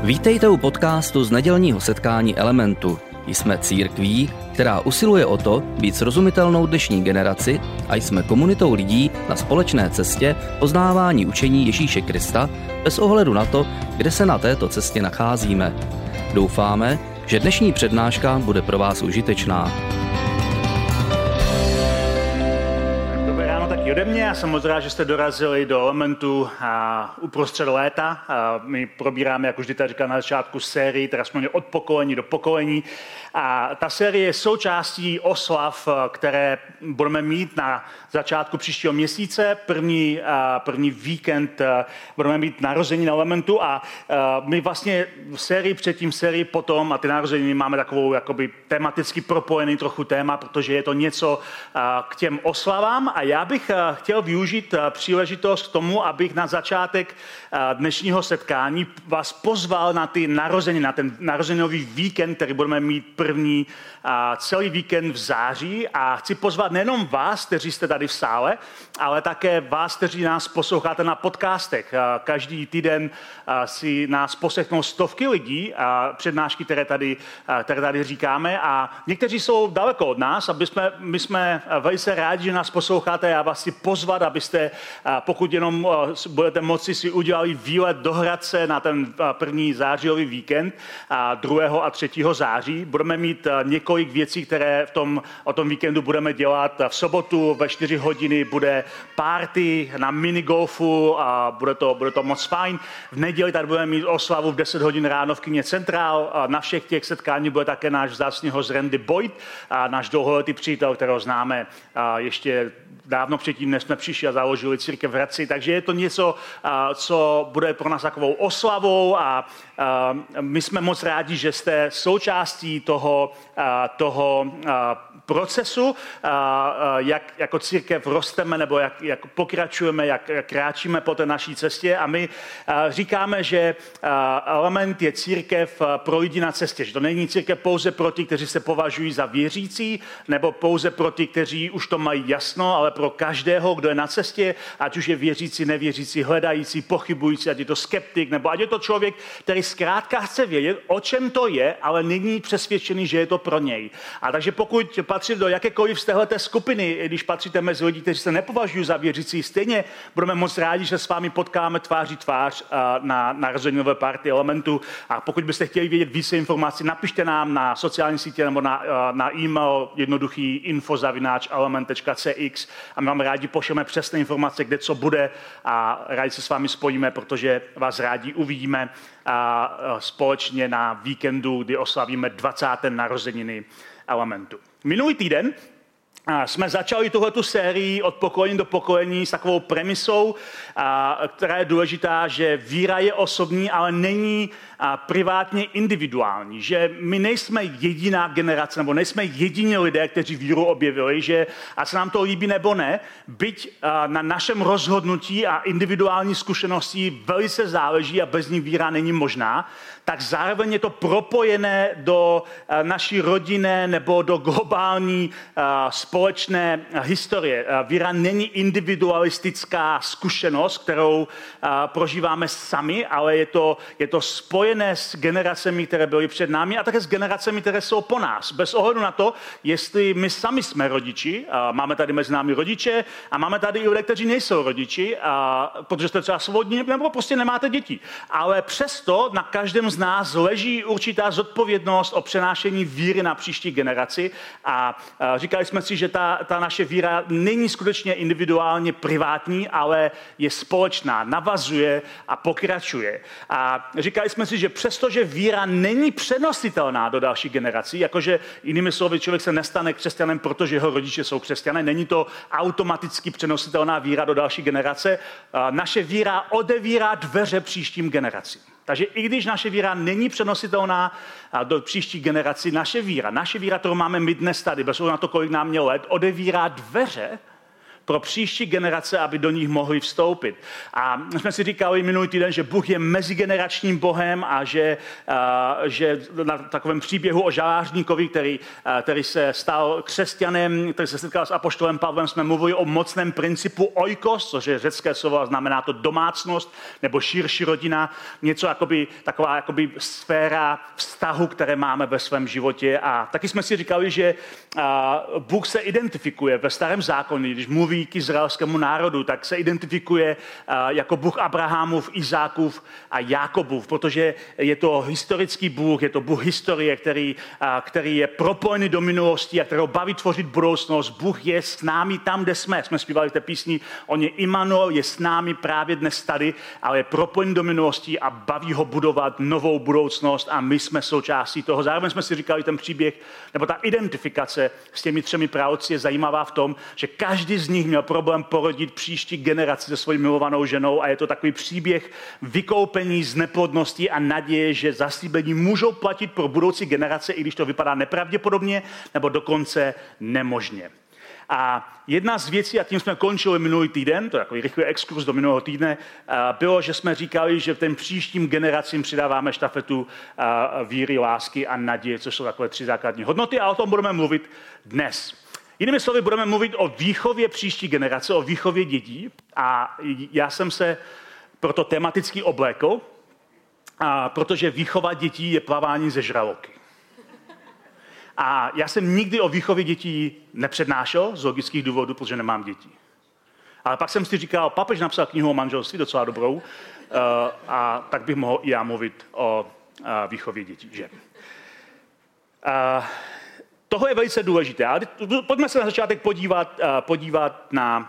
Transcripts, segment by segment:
Vítejte u podcastu z nedělního setkání Elementu. Jsme církví, která usiluje o to být srozumitelnou dnešní generaci a jsme komunitou lidí na společné cestě poznávání učení Ježíše Krista bez ohledu na to, kde se na této cestě nacházíme. Doufáme, že dnešní přednáška bude pro vás užitečná. Ode mě, já jsem moc rád, že jste dorazili do Elementu uprostřed léta. My probíráme, jak už Dita říkal na začátku, sérii, teda jsme od pokolení do pokolení. A ta série je součástí oslav, které budeme mít na začátku příštího měsíce. První víkend budeme mít narození na Elementu a my vlastně sérii předtím, sérii potom a ty narozeniny máme takovou jakoby tematicky propojený trochu téma, protože je to něco k těm oslavám a já bych chtěl využít příležitost k tomu, abych na začátek dnešního setkání vás pozval na ty narozeniny, na ten narozeninový víkend, který budeme mít první celý víkend v září a chci pozvat nejenom vás, kteří jste tady v sále, ale také vás, kteří nás posloucháte na podcastech. Každý týden si nás poslechnou stovky lidí a přednášky, které tady říkáme a někteří jsou daleko od nás a my jsme velice rádi, že nás posloucháte. Já vás chci pozvat, abyste, pokud jenom budete moci, si udělali výlet do Hradce na ten první zářijový víkend 2. a 3. září. Budeme mít několik věcí, které o tom víkendu budeme dělat. V sobotu ve 4 hodiny bude party na minigolfu a bude to moc fajn. V neděli tady budeme mít oslavu v 10 hodin ráno v kině Centrál. Na všech těch setkání bude také náš vzácný host Randy Boyd, náš dlouholetý přítel, kterého známe ještě dávno předtím, než jsme přišli a založili církev v Hradci. Takže je to něco, co bude pro nás takovou oslavou a my jsme moc rádi, že jste součástí toho procesu, jak jako církev rosteme nebo jak pokračujeme, jak kráčíme po té naší cestě a my říkáme, že Element je církev pro lidi na cestě, že to není církev pouze pro ty, kteří se považují za věřící, nebo pouze pro ty, kteří už to mají jasno, ale pro každého, kdo je na cestě, ať už je věřící, nevěřící, hledající, pochybující, ať je to skeptik, nebo ať je to člověk, který zkrátka chce vědět, o čem to je, ale není přesvědčený, že je to pro něj. A takže pokud patříte do jakékoliv z téhleté skupiny, když patříte mezi lidi, kteří se nepovažují za věřící, stejně budeme moc rádi, že s vámi potkáme tváří tvář na narozeninové party Elementu. A pokud byste chtěli vědět více informací, napište nám na sociální sítě nebo na e-mail jednoduchý info@element.cx a my vám rádi pošleme přesné informace, kde co bude a rádi se s vámi spojíme, protože vás rádi uvidíme společně na víkendu, kdy oslavíme 20. narozeniny Elementu. Minulý týden jsme začali tuhletu sérii od pokolení do pokolení s takovou premisou, která je důležitá, že víra je osobní, ale není privátně individuální, že my nejsme jediná generace, nebo nejsme jediní lidé, kteří víru objevili, že a se nám to líbí nebo ne, byť na našem rozhodnutí a individuální zkušenosti velice záleží a bez ní víra není možná, tak zároveň je to propojené do naší rodinné nebo do globální společné historie. Víra není individualistická zkušenost, kterou prožíváme sami, ale je to spojené s generacemi, které byly před námi a také s generacemi, které jsou po nás. Bez ohledu na to, jestli my sami jsme rodiči, máme tady mezi námi rodiče a máme tady i lidé, kteří nejsou rodiči, protože jste třeba svobodní nebo prostě nemáte děti. Ale přesto na každém z nás leží určitá zodpovědnost o přenášení víry na příští generaci a říkali jsme si, že ta naše víra není skutečně individuálně privátní, ale je společná, navazuje a pokračuje. A říkali jsme si, že přestože víra není přenositelná do dalších generací, jakože jinými slovy člověk se nestane křesťanem, protože jeho rodiče jsou křesťané, není to automaticky přenositelná víra do další generace, naše víra odevírá dveře příštím generacím. Takže i když naše víra není přenositelná do příští generací, naše víra, kterou máme my dnes tady, bez ohledu na to, kolik nám mělo let, odevírá dveře pro příští generace, aby do nich mohli vstoupit. A my jsme si říkali minulý týden, že Bůh je mezigeneračním Bohem a že na takovém příběhu o žalářníkovi, který se stal křesťanem, který se setkal s apoštolem Pavlem, jsme mluvili o mocném principu oikos, což je řecké slovo, znamená to domácnost nebo širší rodina, něco taková sféra vztahu, které máme ve svém životě. A taky jsme si říkali, že Bůh se identifikuje ve Starém zákoně, když mluví k izraelskému národu, tak se identifikuje jako Bůh Abrahamův, Izákův a Jákobův, protože je to historický Bůh, je to Bůh historie, který je propojený do minulosti a kterého baví tvořit budoucnost. Bůh je s námi tam, kde jsme. Jsme zpívali v té písni, on je Immanuel, je s námi právě dnes tady, ale je propojený do minulosti a baví ho budovat novou budoucnost a my jsme součástí toho. Zároveň jsme si říkali, ten příběh, nebo ta identifikace s těmi 3 praotci je zajímavá v tom, že každý z nich měl problém porodit příští generaci se svojí milovanou ženou a je to takový příběh vykoupení z neplodnosti a naděje, že zaslíbení můžou platit pro budoucí generace, i když to vypadá nepravděpodobně nebo dokonce nemožně. A jedna z věcí, a tím jsme končili minulý týden, to je takový rychlý exkurs do minulého týdne, bylo, že jsme říkali, že těm příštím generacím přidáváme štafetu víry, lásky a naděje, což jsou takové 3 základní hodnoty a o tom budeme mluvit dnes. Jinými slovy, budeme mluvit o výchově příští generace, o výchově dětí a já jsem se proto tematicky oblékl, protože výchova dětí je plavání ze žraloky. A já jsem nikdy o výchově dětí nepřednášel z logických důvodů, protože nemám děti. Ale pak jsem si říkal, papež napsal knihu o manželství, docela dobrou, a tak bych mohl i já mluvit o výchově dětí. Že? Tohle je velice důležité. Ale pojďme se na začátek podívat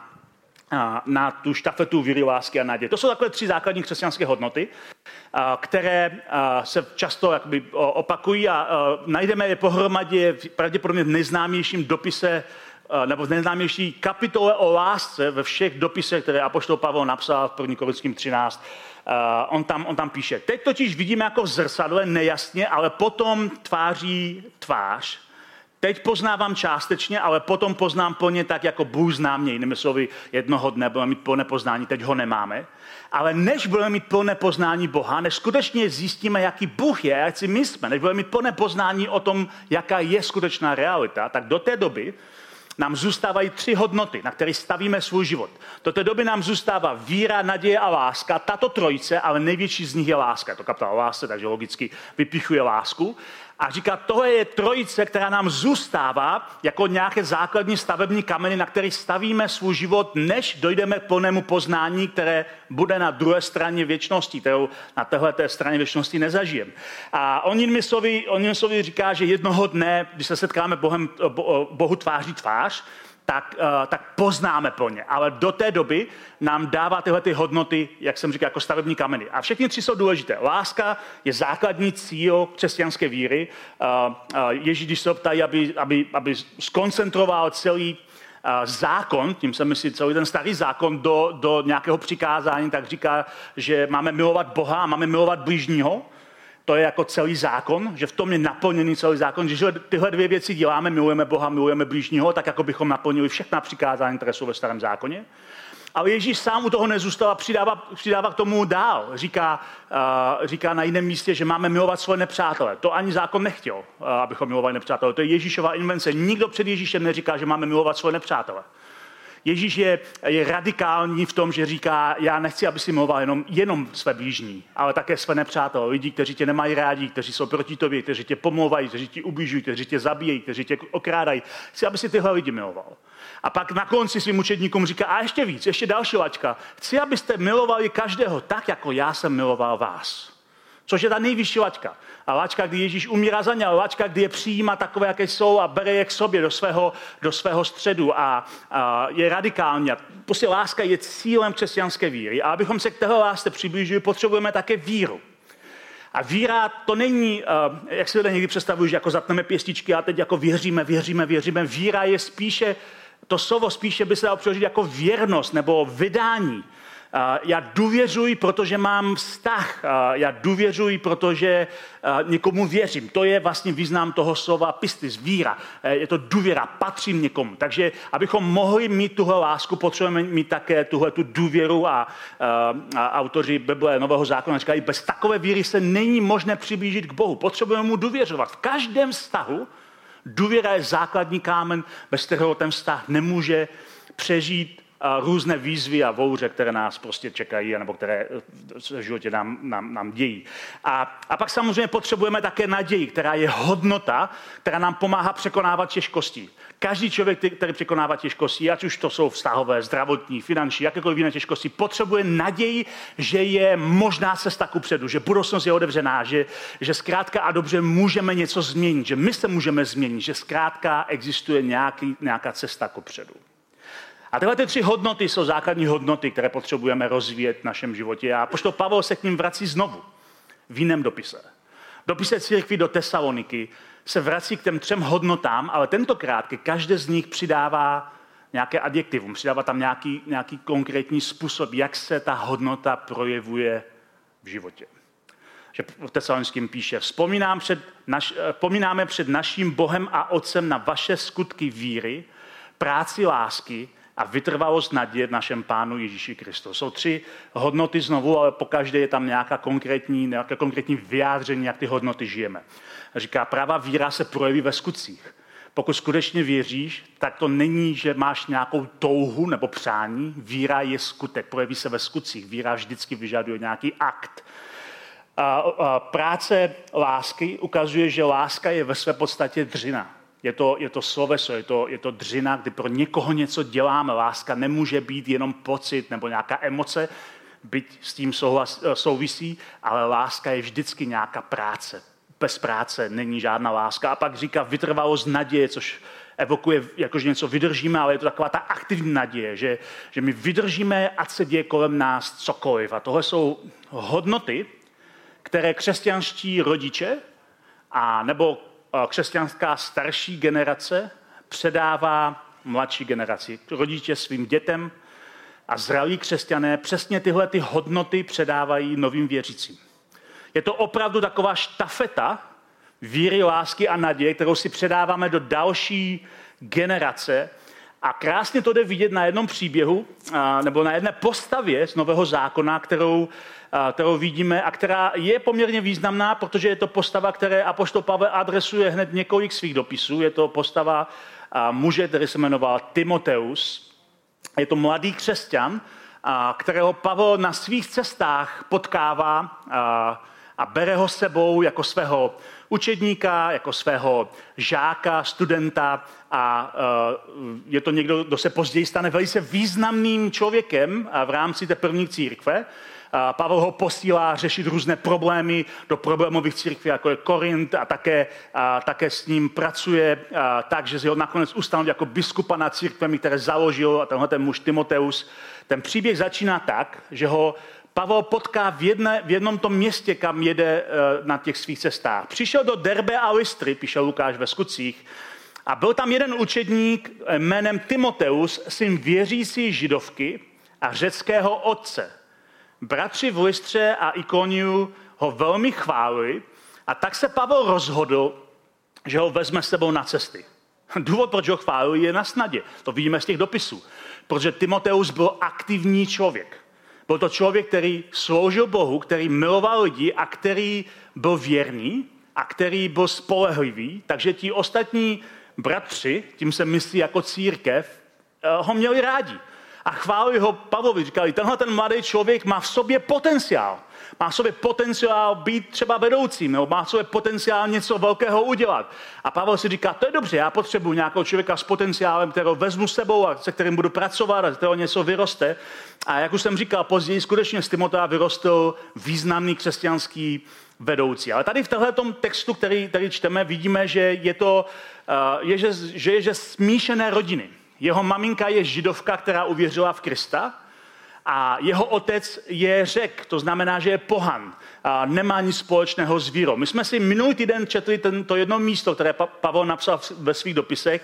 na tu štafetu víry, lásky a naděje. To jsou takové 3 základní křesťanské hodnoty, které se často opakují a najdeme je pohromadě pravděpodobně v nejznámějším dopise nebo v nejznámější kapitole o lásce ve všech dopisech, které apoštol Pavel napsal v 1. Korinským 13. On tam píše, teď totiž vidíme jako v zrcadle nejasně, ale potom tváří tvář. Teď poznávám částečně, ale potom poznám plně tak, jako Bůh zná mě. Jinými slovy, jednoho dne budeme mít plné poznání, teď ho nemáme. Ale než budeme mít plné poznání Boha, než skutečně zjistíme, jaký Bůh je, jak si my jsme, než budeme mít plné poznání o tom, jaká je skutečná realita, tak do té doby nám zůstávají 3 hodnoty, na kterých stavíme svůj život. Do té doby nám zůstává víra, naděje a láska, tato trojice, ale největší z nich je láska. To kapitola o lásce, takže logicky vypichuje lásku. A říká, tohle je trojice, která nám zůstává jako nějaké základní stavební kameny, na kterých stavíme svůj život, než dojdeme k plnému poznání, které bude na druhé straně věčnosti, kterou na téhleté straně věčnosti nezažijeme. A on jinými slovy říká, že jednoho dne, když se setkáme Bohu tváří tvář, tak poznáme plně. Ale do té doby nám dává tyhle ty hodnoty, jak jsem říkal, jako stavební kameny. A všechny 3 jsou důležité. Láska je základní cíl křesťanské víry. Ježíš, když se ho ptají, aby skoncentroval celý zákon, tím se myslí celý ten starý zákon, do nějakého přikázání, tak říká, že máme milovat Boha a máme milovat bližního. To je jako celý zákon, že v tom je naplněný celý zákon, že tyhle 2 věci děláme, milujeme Boha, milujeme bližního, tak jako bychom naplnili všechna přikázání, které jsou ve Starém zákoně. Ale Ježíš sám u toho nezůstal a přidává k tomu dál. Říká na jiném místě, že máme milovat svoje nepřátele. To ani zákon nechtěl, abychom milovali nepřátele. To je Ježíšova invence. Nikdo před Ježíšem neříká, že máme milovat svoje nepřátele. Ježíš je radikální v tom, že říká, já nechci, aby si miloval jenom své blížní, ale také své nepřátelé, lidi, kteří tě nemají rádi, kteří jsou proti tobě, kteří tě pomlouvají, kteří ti ubližují, kteří tě zabíjejí, kteří tě okrádají. Chci, aby si tyhle lidi miloval. A pak na konci svým učedníkům říká, a ještě víc, ještě další laťka. Chci, abyste milovali každého tak, jako já jsem miloval vás. Což je ta nejvyšší laťka. A laťka, kdy Ježíš umírá za ně, ale laťka, kdy je přijímá takové, jaké jsou a bere je k sobě do svého středu a je radikální. A prostě láska je cílem křesťanské víry. A abychom se k téhle lásce přiblížili, potřebujeme také víru. A víra to není, jak si lidé někdy představují, že jako zapneme pěstičky a teď jako věříme. Víra je spíše, to slovo spíše by se dalo přeložit jako věrnost nebo vydání. Já důvěřuji, protože mám vztah. Já důvěřuji, protože někomu věřím. To je vlastně význam toho slova pistis, víra. Je to důvěra, patřím někomu. Takže abychom mohli mít tuhle lásku, potřebujeme mít také tuhle tu důvěru a autoři Bible Nového zákona říkají, bez takové víry se není možné přiblížit k Bohu. Potřebujeme mu důvěřovat. V každém vztahu důvěra je základní kámen, bez kterého ten vztah nemůže přežít různé výzvy a bouře, které nás prostě čekají, nebo které v životě nám dějí. A pak samozřejmě potřebujeme také naději, která je hodnota, která nám pomáhá překonávat těžkosti. Každý člověk, který překonává těžkosti, ať už to jsou vztahové, zdravotní, finanční, jakékoliv jiné těžkosti, potřebuje naději, že je možná cesta kupředu, že budoucnost je otevřená, že zkrátka a dobře můžeme něco změnit, že my se můžeme změnit, že zkrátka existuje nějaká cesta kupředu. A tyhle ty 3 hodnoty jsou základní hodnoty, které potřebujeme rozvíjet v našem životě. A apoštol Pavel se k ním vrací znovu v jiném dopise. V dopise církvi do Tesaloniky se vrací k těm 3 hodnotám, ale tentokrát ke každé z nich přidává nějaké adjektivum, přidává tam nějaký konkrétní způsob, jak se ta hodnota projevuje v životě. Že v Tesalonickém píše, vzpomínáme před naším Bohem a Otcem na vaše skutky víry, práci lásky a vytrvalost naděje v našem Pánu Ježíši Kristu. Jsou 3 hodnoty znovu, ale pokaždé je tam nějaké konkrétní vyjádření, jak ty hodnoty žijeme. Říká, pravá víra se projeví ve skutcích. Pokud skutečně věříš, tak to není, že máš nějakou touhu nebo přání. Víra je skutek, projeví se ve skutcích. Víra vždycky vyžaduje nějaký akt. Práce lásky ukazuje, že láska je ve své podstatě dřina. Je to sloveso, je to dřina, kdy pro někoho něco děláme. Láska nemůže být jenom pocit nebo nějaká emoce, byť s tím souvisí, ale láska je vždycky nějaká práce. Bez práce není žádná láska. A pak říká vytrvalost naděje, což evokuje, jakože něco vydržíme, ale je to taková ta aktivní naděje, že my vydržíme, ať se děje kolem nás cokoliv. A tohle jsou hodnoty, které křesťanští rodiče a nebo křesťanská starší generace předává mladší generaci. Rodiče svým dětem a zralí křesťané přesně tyhle ty hodnoty předávají novým věřícím. Je to opravdu taková štafeta víry, lásky a naděje, kterou si předáváme do další generace. A krásně to jde vidět na jednom příběhu, nebo na jedné postavě z Nového zákona, kterou vidíme a která je poměrně významná, protože je to postava, které apoštol Pavel adresuje hned několik svých dopisů. Je to postava muže, který se jmenoval Timoteus. Je to mladý křesťan, kterého Pavel na svých cestách potkává a bere ho sebou jako svého učedníka, jako svého žáka, studenta a je to někdo, kdo se později stane velice významným člověkem v rámci té první církve. Pavel ho posílá řešit různé problémy do problémových církví, jako je Korint a také s ním pracuje tak, že si ho nakonec ustanoví jako biskupa nad církvemi, které založil a tenhle ten muž Timoteus. Ten příběh začíná tak, že ho Pavel potká v jednom tom městě, kam jede na těch svých cestách. Přišel do Derbe a Lystry, píše Lukáš ve skutcích, a byl tam jeden učedník jménem Timoteus, syn věřící židovky a řeckého otce. Bratři v Lystře a Ikoniu ho velmi chválili a tak se Pavel rozhodl, že ho vezme s sebou na cesty. Důvod, proč ho chválili, je na snadě. To vidíme z těch dopisů. Protože Timoteus byl aktivní člověk. Byl to člověk, který sloužil Bohu, který miloval lidi a který byl věrný a který byl spolehlivý. Takže ti ostatní bratři, tím se myslí jako církev, ho měli rádi. A chválili ho Pavlovi. Říkali, tenhle ten mladý člověk má v sobě potenciál. Má v sobě potenciál být třeba vedoucím, nebo má v sobě potenciál něco velkého udělat. A Pavel si říká, to je dobře, já potřebuji nějakého člověka s potenciálem, kterého vezmu s sebou a se kterým budu pracovat a z kterého něco vyroste. A jak už jsem říkal, později skutečně z Timotea vyrostl významný křesťanský vedoucí. Ale tady v tomhletom textu, který čteme, vidíme, že je smíšené rodiny. Jeho maminka je židovka, která uvěřila v Krista a jeho otec je Řek, to znamená, že je pohan a nemá nic společného s vírou. My jsme si minulý týden četli to jedno místo, které Pavel napsal ve svých dopisech,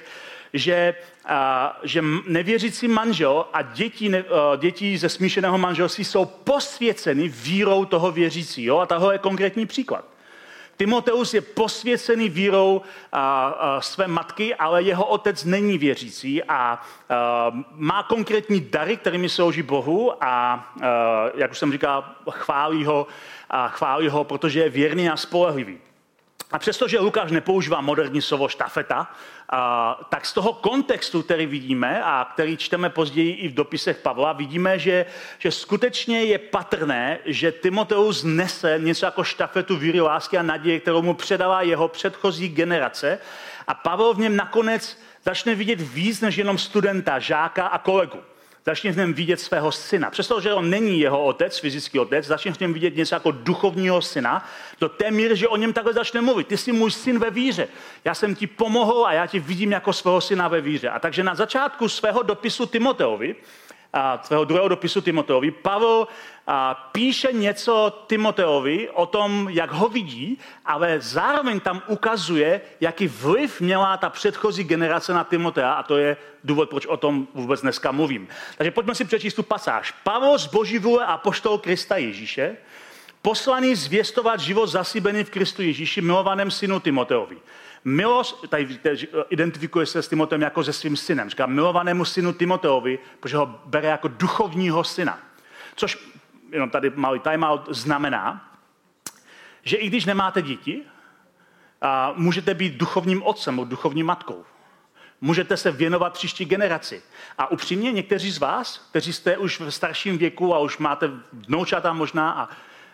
že nevěřící manžel a děti ze smíšeného manželství jsou posvěceny vírou toho věřícího. A tohle je konkrétní příklad. Timoteus je posvěcený vírou své matky, ale jeho otec není věřící a má konkrétní dary, kterými slouží Bohu a jak už jsem říkal, chválí ho, protože je věrný a spolehlivý. A přestože Lukáš nepoužívá moderní slovo štafeta, tak z toho kontextu, který vidíme a který čteme později i v dopisech Pavla, vidíme, že skutečně je patrné, že Timoteus nese něco jako štafetu víry, lásky a naděje, kterou mu předala jeho předchozí generace. A Pavel v něm nakonec začne vidět víc než jenom studenta, žáka a kolegu. Začne v něm vidět svého syna. Přestože on není jeho otec, fyzický otec, začne v něm vidět něco jako duchovního syna, do té míry, že o něm takhle začne mluvit. Ty jsi můj syn ve víře. Já jsem ti pomohl a já ti vidím jako svého syna ve víře. A takže na začátku svého dopisu Timoteovi, svého druhého dopisu Timoteovi, Pavel píše něco Timoteovi o tom, jak ho vidí, ale zároveň tam ukazuje, jaký vliv měla ta předchozí generace na Timotea a to je důvod, proč o tom vůbec dneska mluvím. Takže pojďme si přečíst tu pasáž. Pavel z Boží vůle a apoštol Krista Ježíše, poslaný zvěstovat život zaslíbený v Kristu Ježíši, milovaném synu Timoteovi. Milost, tady identifikuje se s Timoteem jako se svým synem. Říká milovanému synu Timoteovi, protože ho bere jako duchovního syna. Což, jenom tady malý timeout, znamená, že i když nemáte děti, můžete být duchovním otcem nebo duchovní matkou. Můžete se věnovat příští generaci. A upřímně někteří z vás, kteří jste už v starším věku a už máte vnoučata možná,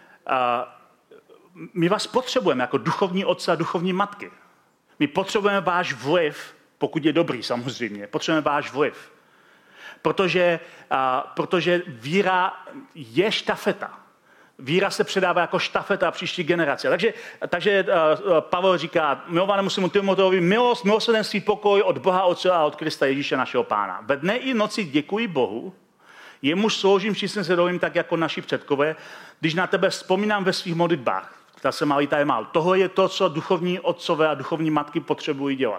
my vás potřebujeme jako duchovní otce a duchovní matky. My potřebujeme váš vliv, pokud je dobrý samozřejmě, potřebujeme váš vliv. Protože víra je štafeta. Víra se předává jako štafeta příští generace. Takže Pavel říká milovanému synu Timoteovi milost, milosrdenství, pokoj od Boha Otce a od Krista Ježíše našeho Pána. Ve dne i noci děkuji Bohu, jemuž sloužím čistým svědomím tak jako naši předkové, když na tebe vzpomínám ve svých modlitbách. Zase malý timeout. Tohle je to, co duchovní otcové a duchovní matky potřebují dělat.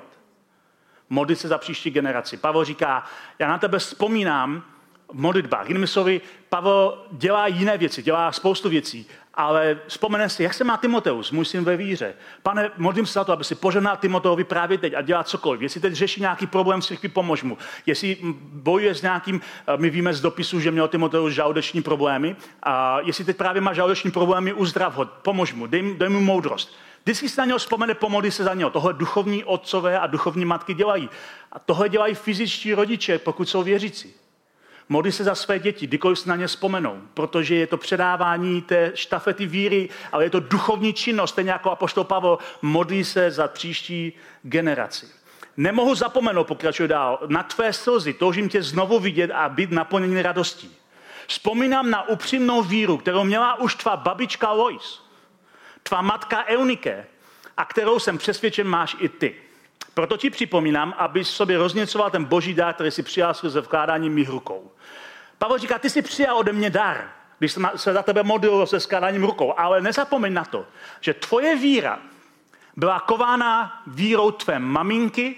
Modlit se za příští generaci. Pavel říká, já na tebe vzpomínám v modlitbách. Jinými slovy, Pavel dělá jiné věci, dělá spoustu věcí, ale vzpomene si, jak se má Timoteus, můj syn ve víře. Pane, modlím se za to, aby si požehnal Timoteovi právě teď a dělat cokoliv. Jestli teď řeší nějaký problém v církvi, pomož mu. Jestli bojuje s nějakým, my víme z dopisu, že měl Timoteus žaludeční problémy, a jestli teď právě má žaludeční problémy, uzdrav ho, pomož mu, dej mu moudrost. Vždycky se na něho vzpomene, pomodli se za něho. Tohle duchovní otcové a duchovní matky dělají. A tohle dělají fyzičtí rodiče, pokud jsou věřící. Modlí se za své děti, kdykoliv se na ně vzpomenou, protože je to předávání té štafety víry, ale je to duchovní činnost, stejně jako apoštol Pavel modlí se za příští generaci. Nemohu zapomenout, pokračuje dál, na tvé slzy, toužím tě znovu vidět a být naplněný radostí. Vzpomínám na upřímnou víru, kterou měla už tvá babička Lois, tvá matka Eunike, a kterou jsem přesvědčen máš i ty. Proto ti připomínám, abys sobě rozněcoval ten boží dar, který si přijal skrze vkládání mých rukou. Pavel říká, ty jsi přijal ode mě dar, když jsem se za tebe modlil se skládáním rukou, ale nezapomeň na to, že tvoje víra byla kována vírou tvé maminky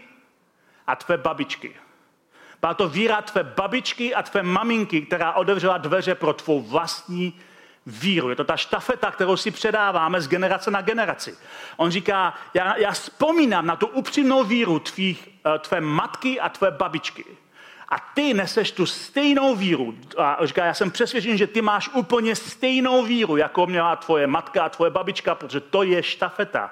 a tvé babičky. Byla to víra tvé babičky a tvé maminky, která otevřela dveře pro tvou vlastní víru. Je to ta štafeta, kterou si předáváme z generace na generaci. On říká, já vzpomínám na tu upřímnou víru tvé matky a tvé babičky. A ty neseš tu stejnou víru. A říká, já jsem přesvědčen, že ty máš úplně stejnou víru, jako měla tvoje matka a tvoje babička, protože to je štafeta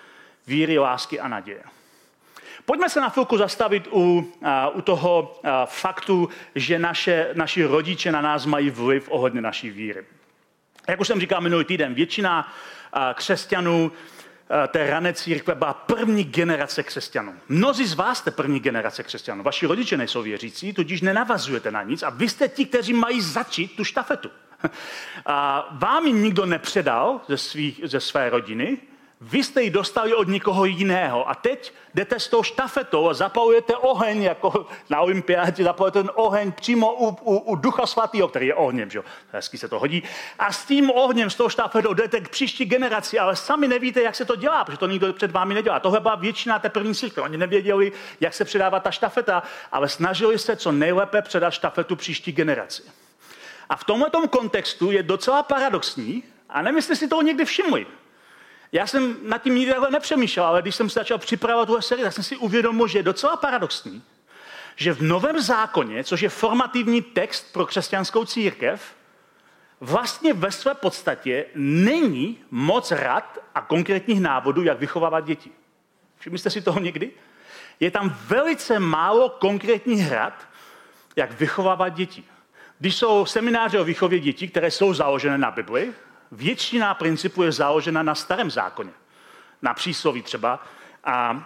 víry, lásky a naděje. Pojďme se na chvilku zastavit u toho faktu, že naši rodiče na nás mají vliv ohledně naší víry. Jak už jsem říkal minulý týden, většina křesťanů té rané církve byla první generace křesťanů. Mnozí z vás jste první generace křesťanů. Vaši rodiče nejsou věřící, tudíž nenavazujete na nic a vy jste ti, kteří mají začít tu štafetu. Vám ji nikdo nepředal ze své rodiny, Vy jste ji dostali od někoho jiného a teď jdete s tou štafetou a zapalujete oheň, jako na olympiádě zapalujete ten oheň přímo u Ducha Svatého, který je ohněm, že jo? Hezky se to hodí. A s tím ohněm, s tou štafetou jdete k příští generaci, ale sami nevíte, jak se to dělá, protože to nikdo před vámi nedělá. Tohle byla většina té první církve. Oni nevěděli, jak se předává ta štafeta, ale snažili se co nejlépe předat štafetu příští generaci. A v tomhletom kontextu je docela paradoxní, a nevím, jestli si toho někdy všimli. Já jsem nad tím nikdy takhle nepřemýšlel, ale když jsem se začal připravovat tuhle sérii, tak jsem si uvědomil, že je docela paradoxní, že v Novém zákoně, což je formativní text pro křesťanskou církev, vlastně ve své podstatě není moc rad a konkrétních návodů, jak vychovávat děti. Všimli jste si toho někdy? Je tam velice málo konkrétních rad, jak vychovávat děti. Když jsou semináře o výchově dětí, které jsou založené na Bibli, většina principů je založena na Starém zákoně, na přísloví třeba. A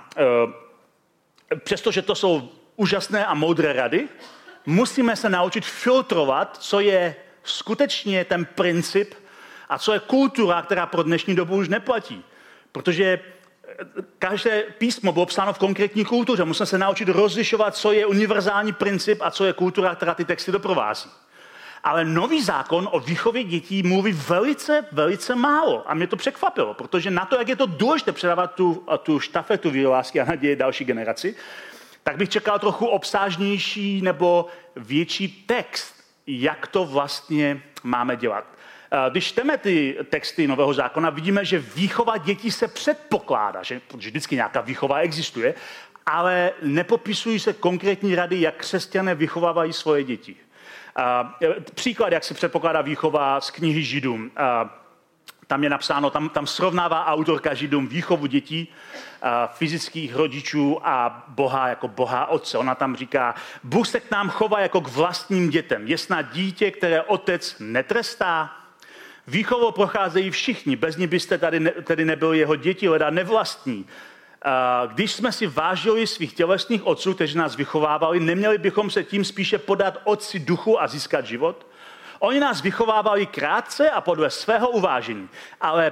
přestože to jsou úžasné a moudré rady, musíme se naučit filtrovat, co je skutečně ten princip a co je kultura, která pro dnešní dobu už neplatí. Protože každé písmo bylo psáno v konkrétní kultuře. Musíme se naučit rozlišovat, co je univerzální princip a co je kultura, která ty texty doprovází. Ale Nový zákon o výchově dětí mluví velice, velice málo. A mě to překvapilo, protože na to, jak je to důležité předávat tu štafetu víry, lásky a naděje další generaci, tak bych čekal trochu obsážnější nebo větší text, jak to vlastně máme dělat. Když čteme ty texty Nového zákona, vidíme, že výchova dětí se předpokládá, že vždycky nějaká výchova existuje, ale nepopisují se konkrétní rady, jak křesťané vychovávají svoje děti. Příklad, jak se předpokládá výchova z knihy Židům. Tam je napsáno, tam srovnává autorka Židům výchovu dětí, fyzických rodičů a Boha jako Boha Otce. Ona tam říká, Bůh se k nám chová jako k vlastním dětem. Je snad dítě, které otec netrestá. Výchovou procházejí všichni, bez ní byste tady nebyli jeho děti, leda nevlastní. Když jsme si vážili svých tělesných otců, kteří nás vychovávali, neměli bychom se tím spíše podat otci duchu a získat život? Oni nás vychovávali krátce a podle svého uvážení, ale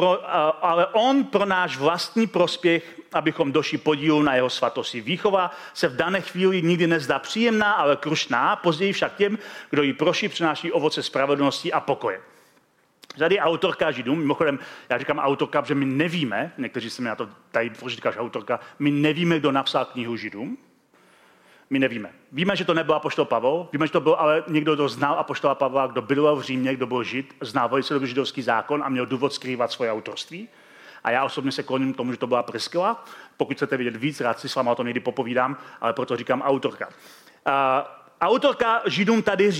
on pro náš vlastní prospěch, abychom došli podílu na jeho svatosti. Výchova se v dané chvíli nikdy nezdá příjemná, ale krušná, později však těm, kdo ji proší, přináší ovoce spravedlnosti a pokoje. Tady autorka Židům, mimochodem, já říkám autorka, protože my nevíme, někteří se mi na to tady říkáš autorka, my nevíme, kdo napsal knihu Židům. My nevíme. Víme, že to nebyl apoštol Pavel, víme, že to byl ale někdo, kdo znal apoštola Pavla, kdo bydlel v Římě, kdo byl Žid, znal velice dobře židovský zákon a měl důvod skrývat svoje autorství. A já osobně se kloním k tomu, že to byla Priscilla. Pokud chcete vědět víc, rád si s váma o to někdy popovídám, ale proto říkám autorka. Autorka Židům tady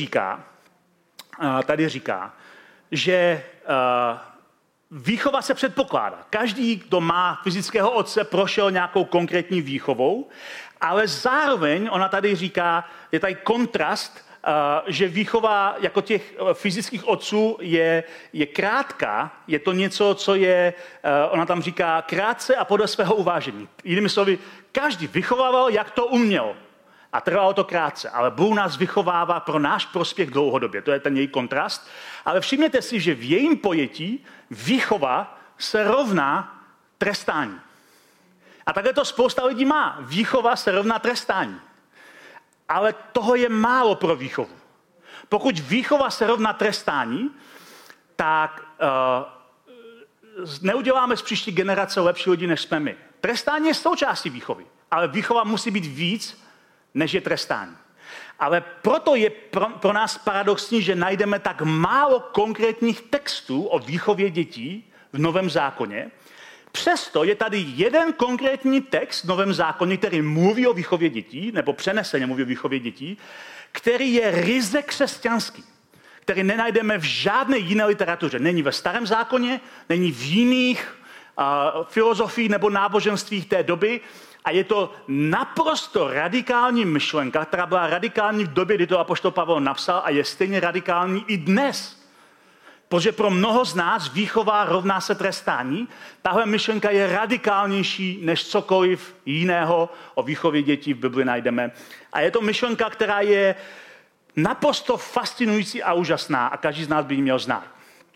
říká, že výchova se předpokládá. Každý, kdo má fyzického otce, prošel nějakou konkrétní výchovou, ale zároveň ona tady říká, je tady kontrast, že výchova jako těch fyzických otců je krátká, je to něco, co je, ona tam říká, krátce a podle svého uvážení. Jinými slovy, každý vychovával, jak to uměl. A trvalo to krátce, ale Bůh nás vychovává pro náš prospěch dlouhodobě. To je ten její kontrast. Ale všimněte si, že v jejím pojetí výchova se rovná trestání. A takhle to spousta lidí má. Výchova se rovná trestání. Ale toho je málo pro výchovu. Pokud výchova se rovná trestání, tak neuděláme z příští generace lepší lidi, než jsme my. Trestání je součástí výchovy, ale výchova musí být víc, než je trestání. Ale proto je pro nás paradoxní, že najdeme tak málo konkrétních textů o výchově dětí v Novém zákoně. Přesto je tady jeden konkrétní text v Novém zákoně, který mluví o výchově dětí, nebo přeneseně mluví o výchově dětí, který je ryze křesťanský, který nenajdeme v žádné jiné literatuře. Není ve Starém zákoně, není v jiných filozofiích nebo náboženstvích té doby. A je to naprosto radikální myšlenka, která byla radikální v době, kdy to apoštol Pavel napsal a je stejně radikální i dnes. Protože pro mnoho z nás výchova rovná se trestání. Tahle myšlenka je radikálnější než cokoliv jiného o výchově dětí v Bibli najdeme. A je to myšlenka, která je naprosto fascinující a úžasná a každý z nás by ji měl znát.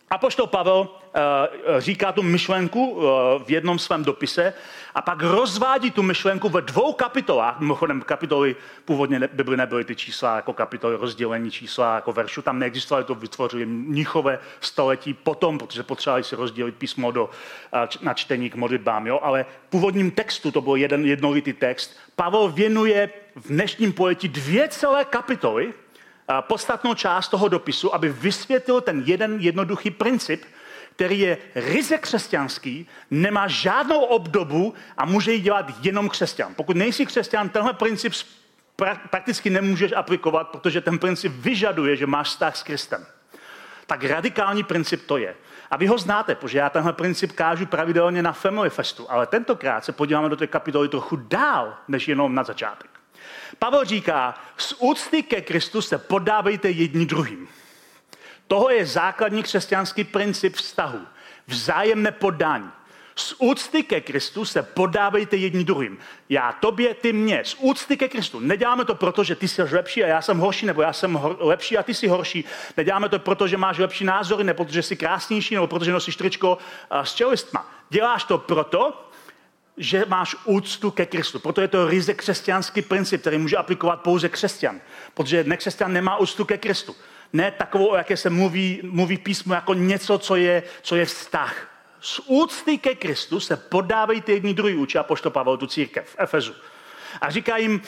Apoštol Pavel říká tu myšlenku v jednom svém dopise a pak rozvádí tu myšlenku ve 2 kapitolách. Mimochodem kapitoly původně Bibli nebyly ty čísla jako kapitoly, rozdělení čísla jako veršu. Tam neexistovalo, to vytvořili mnichové století potom, protože potřebovali si rozdělit písmo na čtení k modlitbám. Jo? Ale v původním textu, to byl jednolitý text, Pavel věnuje v dnešním pojetí 2 celé kapitoly, podstatnou část toho dopisu, aby vysvětlil ten jeden jednoduchý princip, který je ryze křesťanský, nemá žádnou obdobu a může ji dělat jenom křesťan. Pokud nejsi křesťan, tenhle princip prakticky nemůžeš aplikovat, protože ten princip vyžaduje, že máš vztah s Kristem. Tak radikální princip to je. A vy ho znáte, protože já tenhle princip kážu pravidelně na Family Festu, ale tentokrát se podíváme do té kapitoly trochu dál, než jenom na začátek. Pavel říká, z úcty ke Kristu se podávejte jedni druhým. Toho je základní křesťanský princip vztahu. Vzájemné podání. Z úcty ke Kristu se podávejte jedni druhým. Já tobě, ty mně. Z úcty ke Kristu. Neděláme to proto, že ty jsi lepší a já jsem horší, nebo já jsem lepší a ty jsi horší. Neděláme to proto, že máš lepší názory, nebo protože jsi krásnější, nebo protože nosíš tričko s čelistma. Děláš to proto, že máš úctu ke Kristu. Proto je to ryze křesťanský princip, který může aplikovat pouze křesťan. Protože nekřesťan nemá úctu ke Kristu. Ne takovou, o jaké se mluví písmo, jako něco, co je vztah. Z úcty ke Kristu se podávejte jedni druhý, učí apoštol Pavel tu církev v Efezu. A říká jim,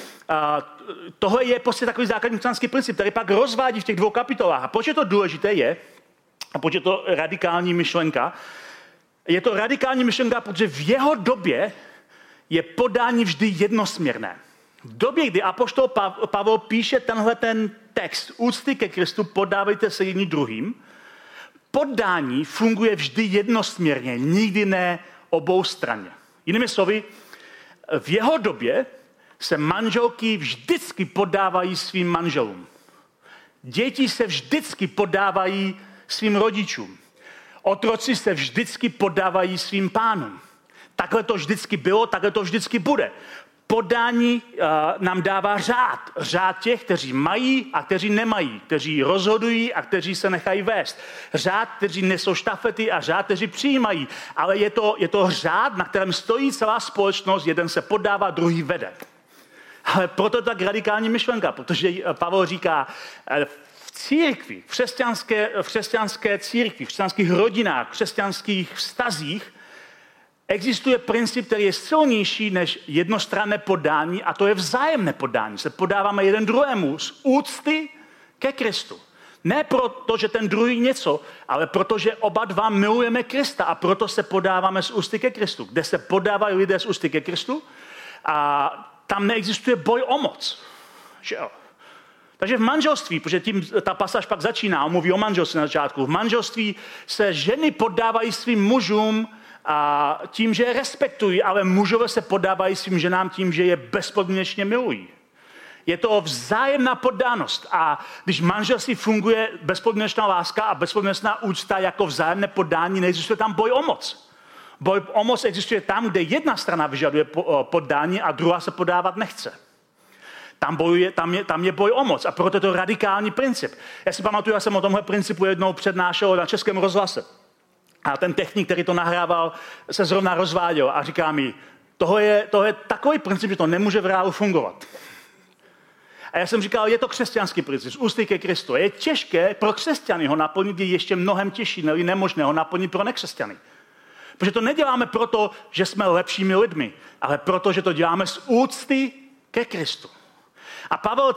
tohle je prostě takový základní křesťanský princip, který pak rozvádí v těch 2 kapitolách. A proč je to důležité je, a proč je to radikální myšlenka, je to radikální myšlenka, protože v jeho době je podání vždy jednosměrné. V době, kdy apoštol Pavel píše tenhle ten text úcty ke Kristu, podávejte se jedni druhým, podání funguje vždy jednosměrně, nikdy ne oboustranně. Jinými slovy, v jeho době se manželky vždycky podávají svým manželům. Děti se vždycky podávají svým rodičům. Otroci se vždycky podávají svým pánům. Takhle to vždycky bylo, takhle to vždycky bude. Podání nám dává řád. Řád těch, kteří mají a kteří nemají. Kteří rozhodují a kteří se nechají vést. Řád, kteří nesou štafety a řád, kteří přijímají. Ale je to řád, na kterém stojí celá společnost. Jeden se podává, druhý vede. Ale proto je tak radikální myšlenka, protože Pavel říká, v církvi, v křesťanské církvi, v křesťanských rodinách, v křesťanských vztazích existuje princip, který je silnější než jednostranné podání, a to je vzájemné podání. Se podáváme jeden druhému z úcty ke Kristu. Ne proto, že ten druhý něco, ale protože oba dva milujeme Krista a proto se podáváme z úcty ke Kristu. Kde se podávají lidé z úcty ke Kristu a tam neexistuje boj o moc. Že jo? Takže v manželství, protože tím ta pasáž pak začíná, on mluví o manželství na začátku, v manželství se ženy podávají svým mužům a tím, že je respektují, ale mužové se podávají svým ženám tím, že je bezpodmínečně milují. Je to vzájemná poddánost a když manželství funguje bezpodmínečná láska a bezpodmínečná úcta jako vzájemné poddání, neexistuje tam boj o moc. Boj o moc existuje tam, kde jedna strana vyžaduje poddání a druhá se podávat nechce. Tam je boj o moc a proto je to radikální princip. Já si pamatuju, já jsem o tomhle principu jednou přednášel na Českém rozhlase. A ten technik, který to nahrával, se zrovna rozváděl a říká mi, tohle je takový princip, že to nemůže v reálu fungovat. A já jsem říkal, je to křesťanský princip, z úcty ke Kristu. Je těžké pro křesťany ho naplnit, je ještě mnohem těžší, nebo nemožné ho naplnit pro nekřesťany. Protože to neděláme proto, že jsme lepšími lidmi, ale proto, že to děláme z úcty ke Kristu. A Pavel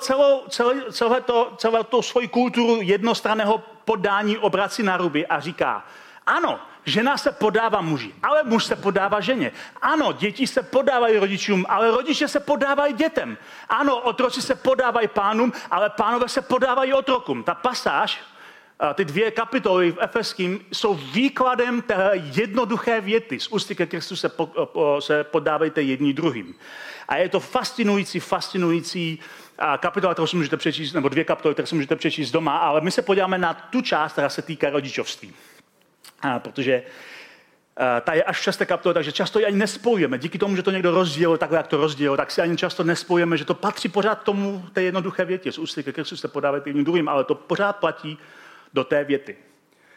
celou tu svoji kulturu jednostranného podání obrací na ruby a říká, ano, žena se podává muži, ale muž se podává ženě. Ano, děti se podávají rodičům, ale rodiče se podávají dětem. Ano, otroci se podávají pánům, ale pánové se podávají otrokům. Ta pasáž, ty 2 kapitoly v Efeským jsou výkladem té jednoduché věty. Z úcty ke Kristu se podávejte jedni druhým. A je to fascinující kapitola, kterou si můžete přečíst, nebo 2 kapitoly, které si můžete přečíst doma, ale my se podíváme na tu část, která se týká rodičovství. Protože ta je až v 6. kapitole, takže často ji ani nespojujeme. Díky tomu, že to někdo rozdělil takhle, jak to rozdělil, tak si ani často nespojujeme, že to patří pořád tomu té jednoduché větě. Z úcty ke Kristu se podávejte jedním druhým, ale to pořád platí do té věty.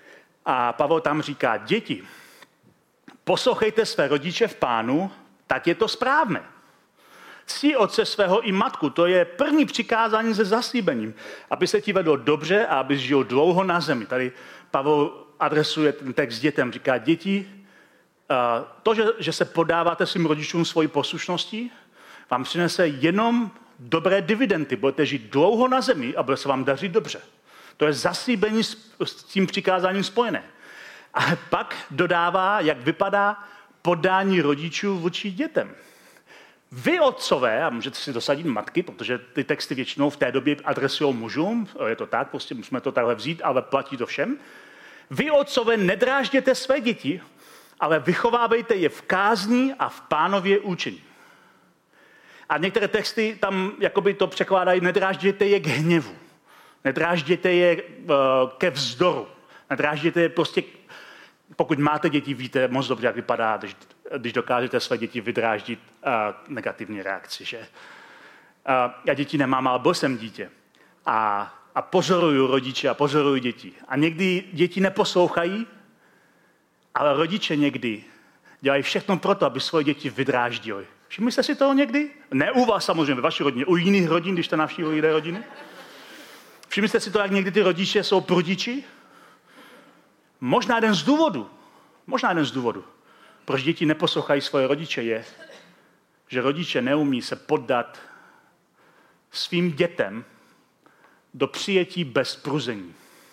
A Pavel tam říká, děti, poslouchejte své rodiče v Pánu, tak je to správné. Cti otce svého i matku, to je první přikázání se zaslíbením, aby se ti vedlo dobře a aby žil dlouho na zemi. Tady Pavel adresuje ten text dětem, říká, děti, to, že se podáváte svým rodičům svojí poslušností, vám přinese jenom dobré dividendy. Budete žít dlouho na zemi a bude se vám dařit dobře. To je zaslíbení s tím přikázáním spojené. A pak dodává, jak vypadá podání rodičů vůči dětem. Vy otcové, a můžete si dosadit matky, protože ty texty většinou v té době adresují mužům, je to tak, prostě musíme to takhle vzít, ale platí to všem. Vy otcové nedrážděte své děti, ale vychovávejte je v kázni a v Pánově učení. A některé texty tam jakoby to překládají, nedrážděte je k hněvu, nedrážděte je ke vzdoru, nedrážděte je prostě, pokud máte děti, víte moc dobře, jak vypadá, když dokážete své děti vydráždit negativní reakci. Že? Já děti nemám, ale byl jsem dítě. A pozoruju rodiče a pozoruju děti. A někdy děti neposlouchají, ale rodiče někdy dělají všechno pro to, aby svoje děti vydráždili. Všimli jste si toho někdy? Ne u vás samozřejmě, ve vaší rodině, u jiných rodin, když jste navštívili jiné rodiny. Všimli jste si to, jak někdy ty rodiče jsou prudiči? Možná jeden z důvodů, proč děti neposlouchají svoje rodiče, je, že rodiče neumí se poddat svým dětem do přijetí bez pruzení.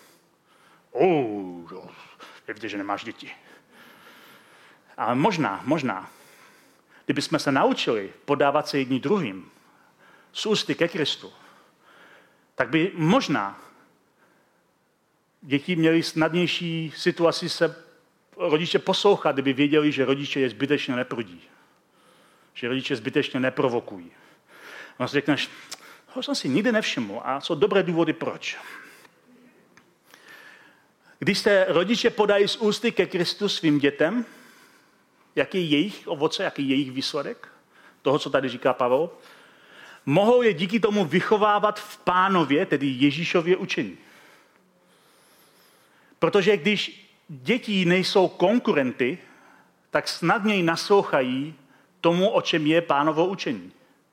Vidíte, že nemáš děti. Ale možná, kdybychom se naučili podávat se jedni druhým z ústy ke Kristu, tak by možná děti měly snadnější situaci se rodiče poslouchat, kdyby věděli, že rodiče je zbytečně neprudí. Že rodiče zbytečně neprovokují. A si řekneš, to jsem si nikdy nevšiml a jsou dobré důvody, proč. Když se rodiče podají z ústy ke Kristu svým dětem, jaký je jejich ovoce, jaký je jejich výsledek toho, co tady říká Pavel, mohou je díky tomu vychovávat v Pánově, tedy Ježíšově učení. Protože když děti nejsou konkurenty, tak snadněji naslouchají tomu, o čem je Pánovo učení.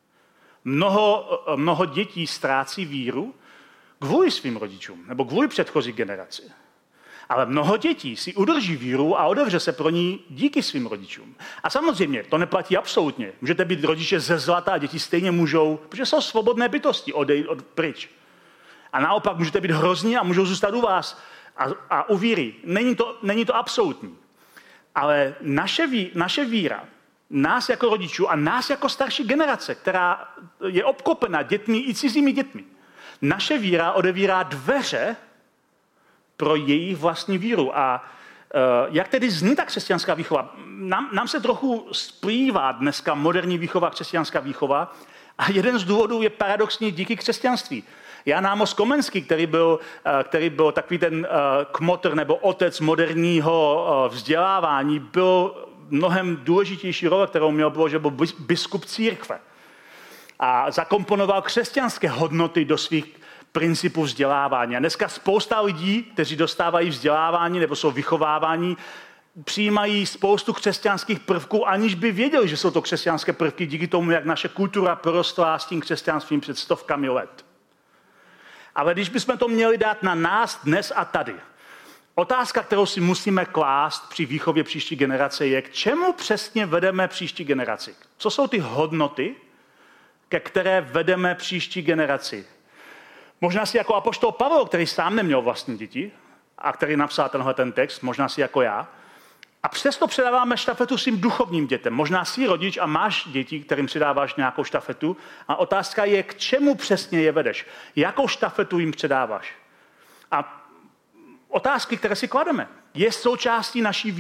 Mnoho dětí ztrácí víru kvůli svým rodičům nebo kvůli předchozí generaci. Ale mnoho dětí si udrží víru a otevře se pro ní díky svým rodičům. A samozřejmě, to neplatí absolutně. Můžete být rodiče ze zlata a děti stejně můžou, protože jsou svobodné bytosti, odejít pryč. A naopak můžete být hrozní a můžou zůstat u vás a u víry. Není to absolutní. Ale naše víra, nás jako rodičů a nás jako starší generace, která je obklopena dětmi i cizími dětmi, naše víra odevírá dveře pro jejich vlastní víru. A jak tedy zní ta křesťanská výchova? Nám se trochu splývá dneska moderní výchova, křesťanská výchova a jeden z důvodů je paradoxně díky křesťanství. Jan Amos Komenský, který byl takový ten kmotr nebo otec moderního vzdělávání, byl mnohem důležitější role, kterou měl, bylo, že byl biskup církve. A zakomponoval křesťanské hodnoty do svých principů vzdělávání. A dneska spousta lidí, kteří dostávají vzdělávání nebo jsou vychováváni, přijímají spoustu křesťanských prvků, aniž by věděli, že jsou to křesťanské prvky díky tomu, jak naše kultura porostla s tím křesťanstvím před stovkami let. Ale když bychom to měli dát na nás dnes a tady, otázka, kterou si musíme klást při výchově příští generace, je, k čemu přesně vedeme příští generaci? Co jsou ty hodnoty, ke které vedeme příští generaci? Možná si jako apoštol Pavel, který sám neměl vlastní děti a který napsal ten text, možná si jako já. A přesto předáváme štafetu svým duchovním dětem. Možná jsi rodič a máš děti, kterým předáváš nějakou štafetu. A otázka je, k čemu přesně je vedeš. Jakou štafetu jim předáváš? A otázky, které si klademe. Je součástí naší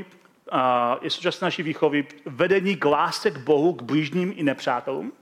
výchovy vedení k lásce k Bohu, k blížním i nepřátelům?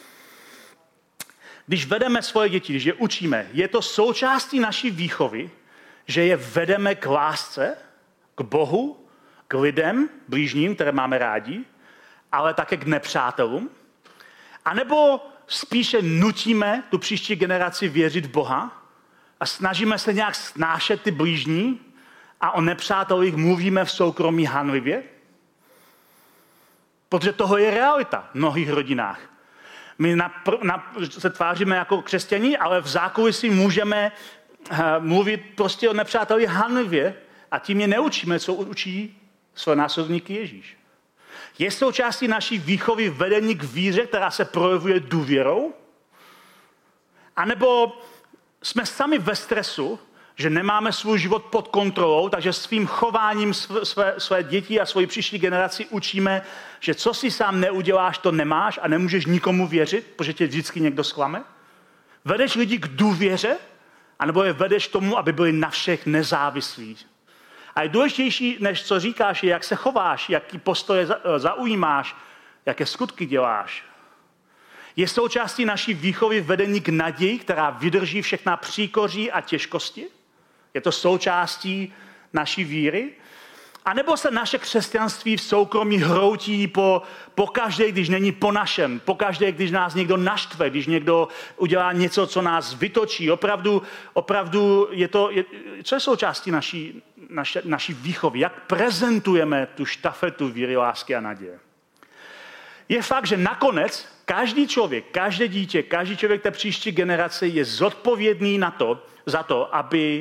Když vedeme svoje děti, když je učíme, je to součástí naší výchovy, že je vedeme k lásce, k Bohu, k lidem, blížním, které máme rádi, ale také k nepřátelům? A nebo spíše nutíme tu příští generaci věřit v Boha a snažíme se nějak snášet ty blížní a o nepřátelích mluvíme v soukromí hanlivě? Protože toho je realita v mnohých rodinách. My se tváříme jako křesťaní, ale v zákulisí můžeme mluvit prostě o nepřátelích hanlivě a tím je neučíme, co učí své následovníky Ježíš. Je součástí naší výchovy vedení k víře, která se projevuje důvěrou? A nebo jsme sami ve stresu, že nemáme svůj život pod kontrolou, takže svým chováním své děti a svoji příští generaci učíme, že co si sám neuděláš, to nemáš a nemůžeš nikomu věřit, protože tě vždycky někdo zklame? Vedeš lidi k důvěře, anebo je vedeš tomu, aby byli na všech nezávislí? A je důležitější, než co říkáš, je, jak se chováš, jaký postoje zaujímáš, jaké skutky děláš. Je součástí naší výchovy vedení k naději, která vydrží všechna příkoří a těžkosti? Je to součástí naší víry? A nebo se naše křesťanství v soukromí hroutí po každé, když není po našem, po každé, když nás někdo naštve, když někdo udělá něco, co nás vytočí. Opravdu co je součástí naší výchovy? Jak prezentujeme tu štafetu víry, lásky a naděje? Je fakt, že nakonec každý člověk, každé dítě, každý člověk té příští generace je zodpovědný za to, aby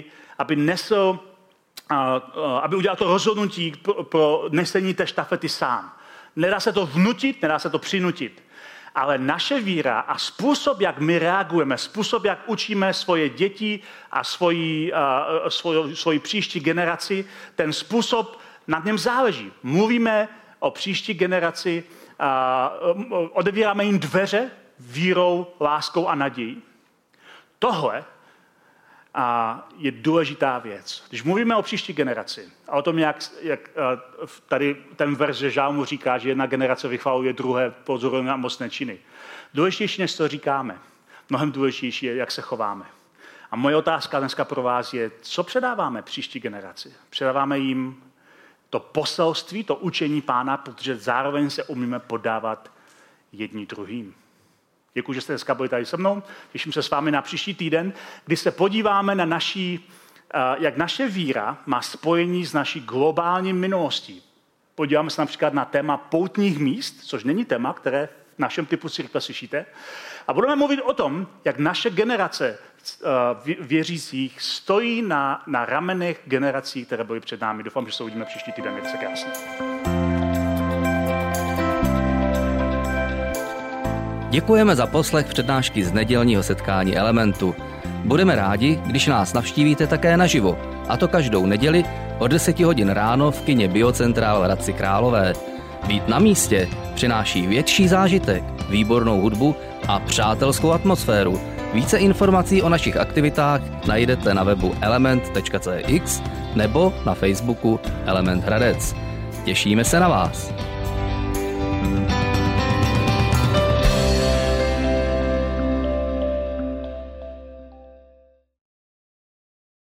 udělal to rozhodnutí pro nesení té štafety sám. Nedá se to vnutit, nedá se to přinutit. Ale naše víra a způsob, jak my reagujeme, způsob, jak učíme svoje děti a svoji příští generaci, ten způsob nad něm záleží. Mluvíme o příští generaci, odevíráme jim dveře vírou, láskou a nadějí. Tohle je důležitá věc. Když mluvíme o příští generaci a o tom, jak tady ten verš Žálmu říká, že jedna generace vychvaluje druhé pozoruhodné a mocné činy. Důležitější, než to říkáme, mnohem důležitější je, jak se chováme. A moje otázka dneska pro vás je, co předáváme příští generaci? Předáváme jim to poselství, to učení Pána, protože zároveň se umíme podávat jedni druhým. Děkuji, že jste dneska byli tady se mnou. Těším se s vámi na příští týden, kdy se podíváme na jak naše víra má spojení s naší globální minulostí. Podíváme se například na téma poutních míst, což není téma, které v našem typu církve slyšíte. A budeme mluvit o tom, jak naše generace věřících stojí na ramenech generací, které byly před námi. Doufám, že se uvidíme příští týden. Mějte se krásně. Děkujeme za poslech přednášky z nedělního setkání Elementu. Budeme rádi, když nás navštívíte také naživo, a to každou neděli od 10 hodin ráno v kině Biocentrál v Hradci Králové. Být na místě přináší větší zážitek, výbornou hudbu a přátelskou atmosféru. Více informací o našich aktivitách najdete na webu element.cx nebo na Facebooku Element Hradec. Těšíme se na vás.